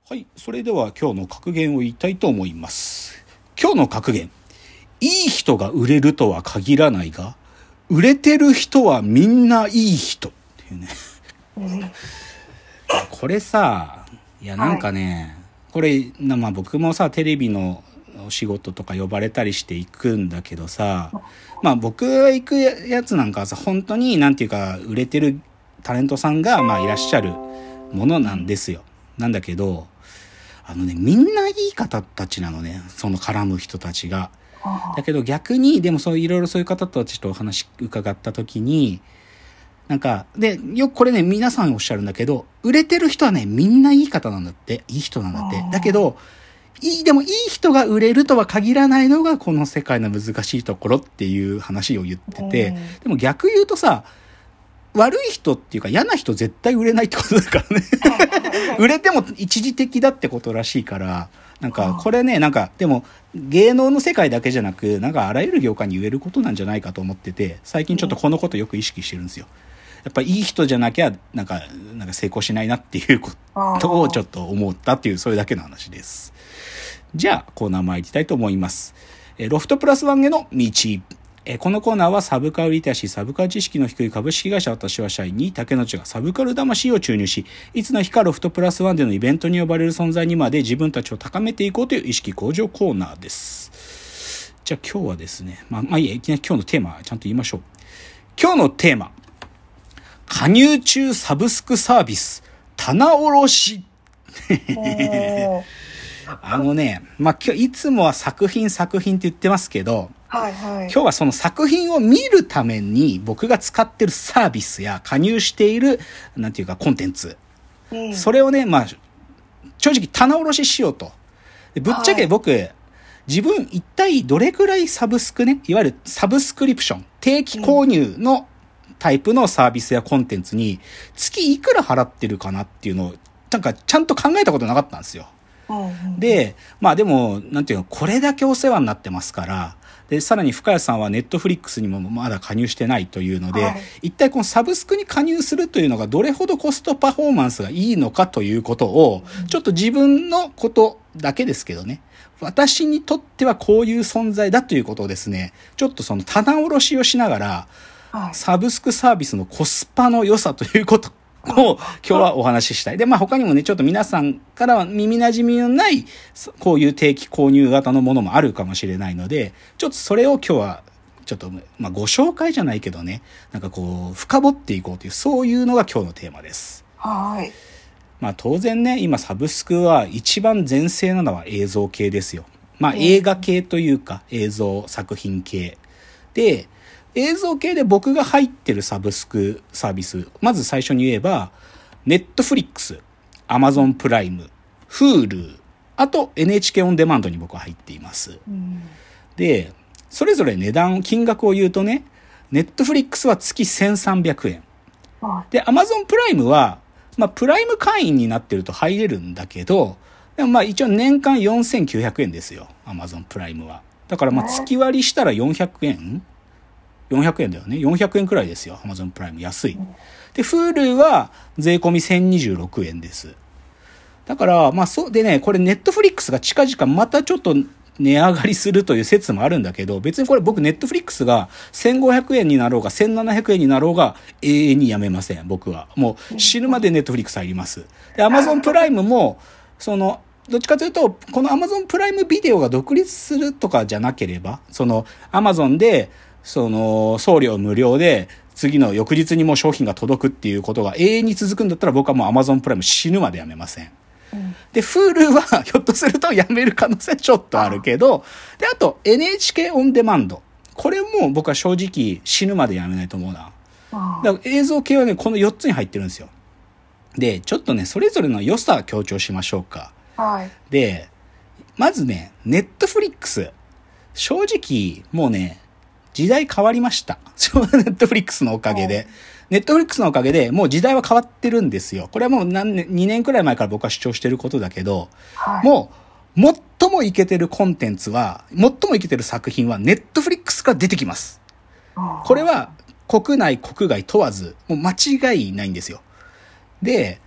はい、それでは今日の格言を言いたいと思います。今日の格言。いい人が売れるとは限らないが、売れてる人はみんないい人っていうね。これさ、いやなんかね、これまあ僕もさテレビのお仕事とか呼ばれたりして行くんだけどさ、まあ僕が行くやつなんかはさ本当になんていうか売れてるタレントさんがまあいらっしゃるものなんですよ。なんだけど。みんないい方たちなのね。その絡む人たちが。だけど逆に、でもそういろいろそういう方たちとお話伺ったときに、なんか、で、よくこれね、皆さんおっしゃるんだけど、売れてる人はね、みんないい方なんだって。いい人なんだって。だけど、でもいい人が売れるとは限らないのがこの世界の難しいところっていう話を言ってて、でも逆言うとさ、悪い人っていうか嫌な人絶対売れないってことだからね売れても一時的だってことらしいから、なんかこれね、なんかでも芸能の世界だけじゃなく、なんかあらゆる業界に言えることなんじゃないかと思ってて、最近ちょっとこのことよく意識してるんですよ。やっぱいい人じゃなきゃなんか成功しないなっていうことをちょっと思ったっていう、それだけの話です。じゃあコーナー参りたいと思います。ロフトプラスワンへの道。このコーナーはサブカルリテラシー、サブカル知識の低い株式会社私は社員に竹野内がサブカル魂を注入し、いつの日かロフトプラスワンでのイベントに呼ばれる存在にまで自分たちを高めていこうという意識向上コーナーです。じゃあ今日はですね、いきなり今日のテーマちゃんと言いましょう。今日のテーマ、加入中サブスクサービス棚卸し今日いつもは作品って言ってますけど、今日はその作品を見るために僕が使ってるサービスや加入しているなんていうかコンテンツ、それをね、正直棚卸ししようと。ぶっちゃけ僕、自分一体どれくらいサブスクね、いわゆるサブスクリプション、定期購入のタイプのサービスやコンテンツに月いくら払ってるかなっていうのをなんかちゃんと考えたことなかったんですよ。で、でもなんていうの、これだけお世話になってますから。で、さらに深谷さんはネットフリックスにもまだ加入してないというので、一体このサブスクに加入するというのがどれほどコストパフォーマンスがいいのかということを、ちょっと自分のことだけですけどね、私にとってはこういう存在だということをですね、ちょっとその棚卸しをしながら、サブスクサービスのコスパの良さということを今日はお話ししたい。で、他にもね、ちょっと皆さんからは耳馴染みのない、こういう定期購入型のものもあるかもしれないので、ちょっとそれを今日は、ちょっと、ご紹介じゃないけどね、なんかこう、深掘っていこうという、そういうのが今日のテーマです。当然ね、今サブスクは一番全盛なのは映像系ですよ。映画系というか、映像作品系。で、映像系で僕が入ってるサブスクサービス、まず最初に言えば、ネットフリックス、アマゾンプライム、Hulu、あと NHK オンデマンドに僕は入っています。で、それぞれ金額を言うとね、ネットフリックスは月1300円。で、アマゾンプライムは、プライム会員になってると入れるんだけど、でも一応年間4900円ですよ、アマゾンプライムは。だから月割りしたら400円だよね。400円くらいですよ。Amazon プライム安い。で、Hulu は税込み1026円です。だから、そうでね、これ Netflix が近々またちょっと値上がりするという説もあるんだけど、別にこれ僕 Netflix が1500円になろうが1700円になろうが永遠にやめません。僕は。もう死ぬまで Netflix 入ります。で、Amazon プライムも、どっちかというと、この Amazon プライムビデオが独立するとかじゃなければ、Amazon で、送料無料で、次の翌日にもう商品が届くっていうことが永遠に続くんだったら僕はもう Amazon プライム死ぬまでやめません。で、Hulu はひょっとするとやめる可能性ちょっとあるけど、で、あと NHK オンデマンド。これも僕は正直死ぬまでやめないと思うな。だから映像系はね、この4つに入ってるんですよ。で、ちょっとね、それぞれの良さを強調しましょうか。で、まずね、ネットフリックス。正直、もうね、時代変わりました。ネットフリックスのおかげで。ネットフリックスのおかげでもう時代は変わってるんですよ。これはもう2年くらい前から僕は主張してることだけど、もう、最もイケてるコンテンツは、最もイケてる作品はネットフリックスから出てきます。これは国内、国外問わず、もう間違いないんですよ。で、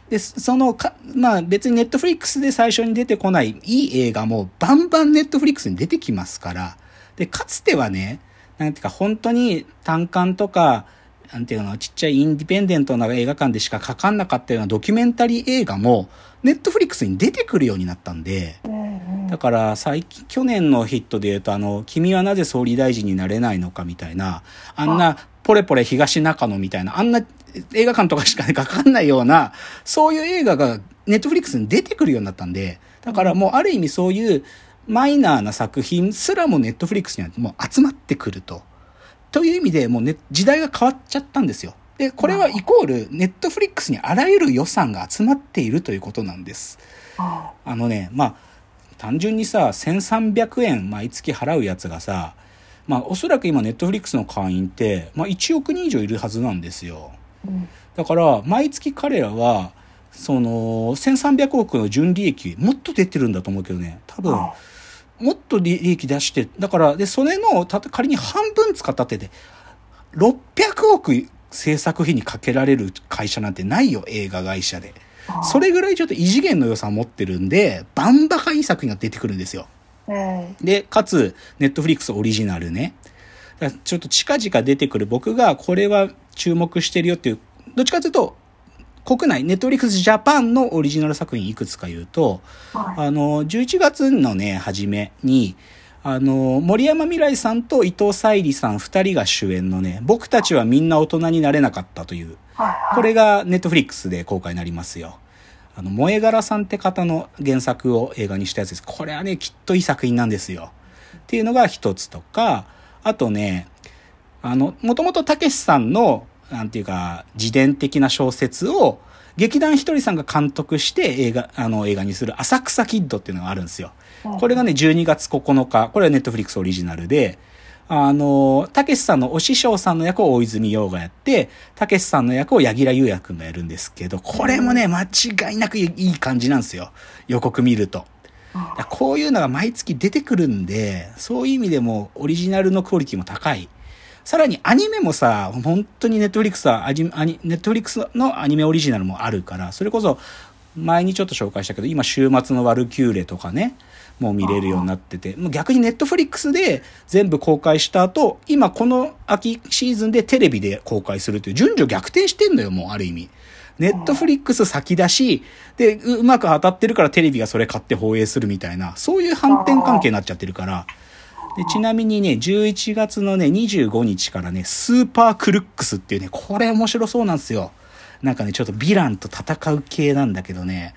で、まあ別にネットフリックスで最初に出てこないいい映画もバンバンネットフリックスに出てきますから。で、かつてはね、なんていうか本当に単館とか、なんていうの、ちっちゃいインディペンデントな映画館でしかかかんなかったようなドキュメンタリー映画もネットフリックスに出てくるようになったんで、だから去年のヒットで言うと君はなぜ総理大臣になれないのかみたいな、あんなポレポレ東中野みたいな、あんな映画館とかしかかかんないような、そういう映画がネットフリックスに出てくるようになったんで、だからもうある意味そういうマイナーな作品すらもネットフリックスにはもう集まってくるという意味でもうね、時代が変わっちゃったんですよ。で、これはイコールネットフリックスにあらゆる予算が集まっているということなんです。まあ、単純にさ、1300円毎月払うやつがさ、まあおそらく今ネットフリックスの会員って、まあ1億人以上いるはずなんですよ。だから毎月彼らは、1300億の純利益もっと出てるんだと思うけどね、多分、もっと利益出して、だから、で、それの、仮に半分使ったってで、600億制作費にかけられる会社なんてないよ、映画会社で。それぐらいちょっと異次元の予算持ってるんで、バンバカいい作品が出てくるんですよ。で、かつ、ネットフリックスオリジナルね。だからちょっと近々出てくる僕がこれは注目してるよっていう、どっちかというと、国内、ネットフリックスジャパンのオリジナル作品いくつか言うと、11月のね、初めに、森山未來さんと伊藤沙莉さん二人が主演のね、僕たちはみんな大人になれなかったという、これがネットフリックスで公開になりますよ。萌え柄さんって方の原作を映画にしたやつです。これはね、きっといい作品なんですよ。っていうのが一つとか、あとね、もともとたけしさんの、なんていうか、自伝的な小説を、劇団ひとりさんが監督して映画にする浅草キッドっていうのがあるんですよ。これがね、12月9日、これはネットフリックスオリジナルで、たけしさんのお師匠さんの役を大泉洋がやって、たけしさんの役を柳楽優弥くんがやるんですけど、これもね、間違いなくいい感じなんですよ。予告見ると。こういうのが毎月出てくるんで、そういう意味でもオリジナルのクオリティも高い。さらにアニメもさ、本当にネットフリックスはネットフリックスのアニメオリジナルもあるから、それこそ前にちょっと紹介したけど、今週末のワルキューレとかね、もう見れるようになってて、もう逆にネットフリックスで全部公開した後、今この秋シーズンでテレビで公開するという順序逆転してんのよ、もうある意味。ネットフリックス先出し、で、うまく当たってるからテレビがそれ買って放映するみたいな、そういう反転関係になっちゃってるから、で、ちなみにね、11月のね、25日からね、スーパークルックスっていうね、これ面白そうなんですよ。なんかね、ちょっとヴィランと戦う系なんだけどね、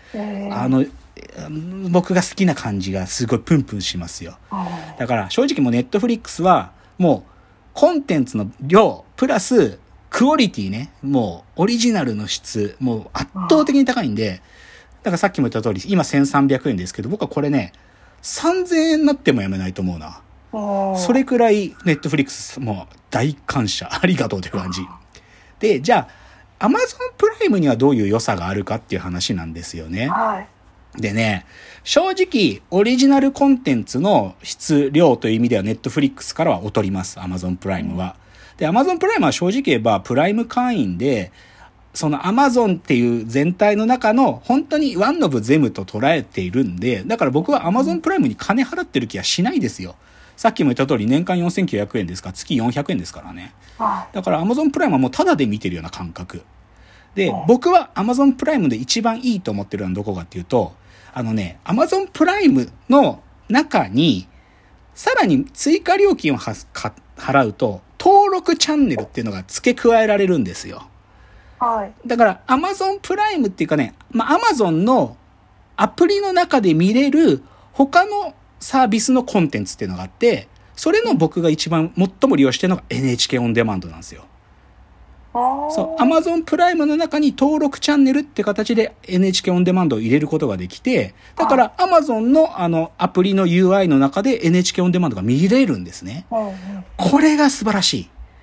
僕が好きな感じがすごいプンプンしますよ。だから正直もうネットフリックスは、もうコンテンツの量、プラスクオリティね、もうオリジナルの質、もう圧倒的に高いんで、だからさっきも言った通り、今1300円ですけど、僕はこれね、3000円になってもやめないと思うな。それくらいネットフリックスもう大感謝ありがとうという感じで、じゃあアマゾンプライムにはどういう良さがあるかっていう話なんですよね。でね、正直オリジナルコンテンツの質量という意味ではネットフリックスからは劣ります、アマゾンプライムは。で、アマゾンプライムは正直言えばプライム会員で、そのアマゾンっていう全体の中の本当にワンオブゼムと捉えているんで、だから僕はアマゾンプライムに金払ってる気はしないですよ。さっきも言った通り年間4900円ですから月400円ですからね。だから Amazon プライムはもうタダで見てるような感覚。で、僕は Amazon プライムで一番いいと思ってるのはどこかっていうと、Amazon プライムの中にさらに追加料金を払うと登録チャンネルっていうのが付け加えられるんですよ。だから Amazon プライムっていうかね、Amazon のアプリの中で見れる他のサービスのコンテンツっていうのがあって、それの僕が一番最も利用してるのが NHK オンデマンドなんですよ。そう、Amazon プライムの中に登録チャンネルって形で NHK オンデマンドを入れることができて、だから Amazon のアプリの UI の中で NHK オンデマンドが見れるんですね。これが素晴らしい。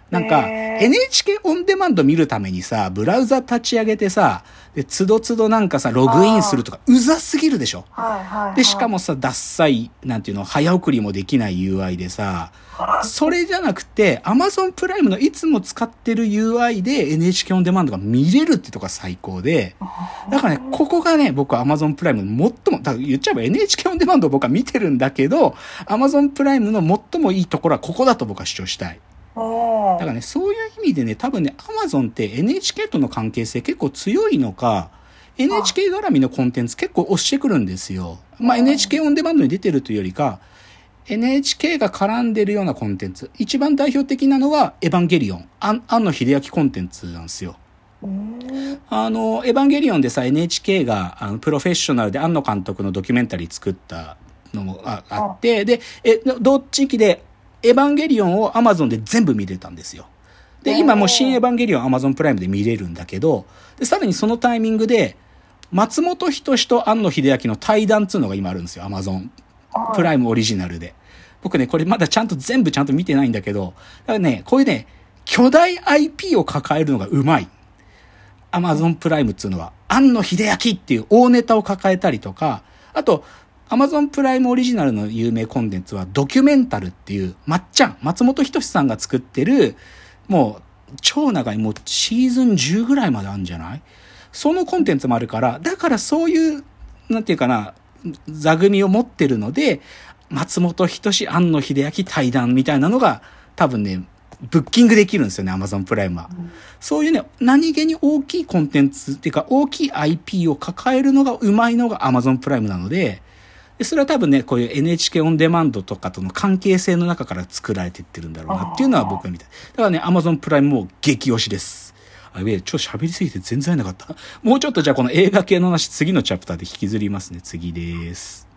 なんか、NHK オンデマンド見るためにさ、ブラウザ立ち上げてさ、で、つどつどなんかさ、ログインするとか、うざすぎるでしょ。で、しかもさ、ダッサい、なんていうの、早送りもできない UI でさ、それじゃなくて、Amazon プライムのいつも使ってる UI で NHK オンデマンドが見れるってとこが最高で、だからね、ここがね、僕は Amazon プライムの最も、だから言っちゃえば NHK オンデマンドを僕は見てるんだけど、Amazon プライムの最もいいところはここだと僕は主張したい。だからね、そういう意味でね、多分ね、Amazon って NHK との関係性結構強いのか、NHK 絡みのコンテンツ結構押してくるんですよ。まあ NHK オンデマンドに出てるというよりか、NHK が絡んでるようなコンテンツ。一番代表的なのはエヴァンゲリオン。庵野秀明コンテンツなんですよ。エヴァンゲリオンでさ、NHK がプロフェッショナルで庵野監督のドキュメンタリー作ったのもあって、で、同地域でエヴァンゲリオンを Amazon で全部見れたんですよ。で、今もう新エヴァンゲリオン Amazon プライムで見れるんだけど、で、さらにそのタイミングで、松本人志と庵野秀明の対談っていうのが今あるんですよ。Amazon プライムオリジナルで。僕ね、これまだちゃんと見てないんだけど、だからね、こういうね、巨大 IP を抱えるのがうまい。Amazon プライムっていうのは、庵野秀明っていう大ネタを抱えたりとか、あと、Amazon プライムオリジナルの有名コンテンツはドキュメンタルっていう、松本人志さんが作ってる、もう超長い、もうシーズン10ぐらいまであるんじゃない？そのコンテンツもあるから、だからそういう、なんていうかな、座組を持ってるので、松本人志、庵野秀明対談みたいなのが多分ね、ブッキングできるんですよね、Amazon プライムは。そういうね、何気に大きいコンテンツっていうか、大きい IP を抱えるのがうまいのが Amazon プライムなので、それは多分ね、こういう NHK オンデマンドとかとの関係性の中から作られていってるんだろうなっていうのは僕は見た。だからね、Amazon プライムも激推しです。超喋りすぎて全然会えなかった。もうちょっとじゃあこの映画系の話、次のチャプターで引きずりますね。次です。